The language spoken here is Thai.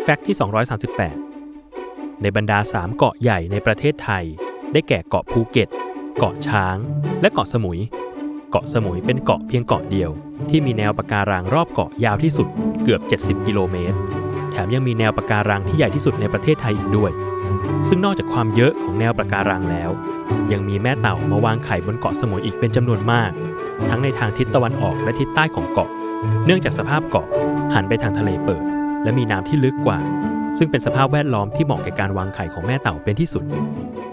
แฟกต์ที่238ในบรรดา3เกาะใหญ่ในประเทศไทยได้แก่เกาะภูเก็ตเกาะช้างและเกาะสมุยเกาะสมุยเป็นเกาะเพียงเกาะเดียวที่มีแนวปะการังรอบเกาะยาวที่สุดเกือบ70กิโลเมตรแถมยังมีแนวปะการังที่ใหญ่ที่สุดในประเทศไทยอีกด้วยซึ่งนอกจากความเยอะของแนวปะการังแล้วยังมีแม่เต่ามาวางไข่บนเกาะสมุยอีกเป็นจำนวนมากทั้งในทางทิศตะวันออกและทิศใต้ของเกาะเนื่องจากสภาพเกาะหันไปทางทะเลเปิดและมีน้ำที่ลึกกว่าซึ่งเป็นสภาพแวดล้อมที่เหมาะแก่การวางไข่ของแม่เต่าเป็นที่สุด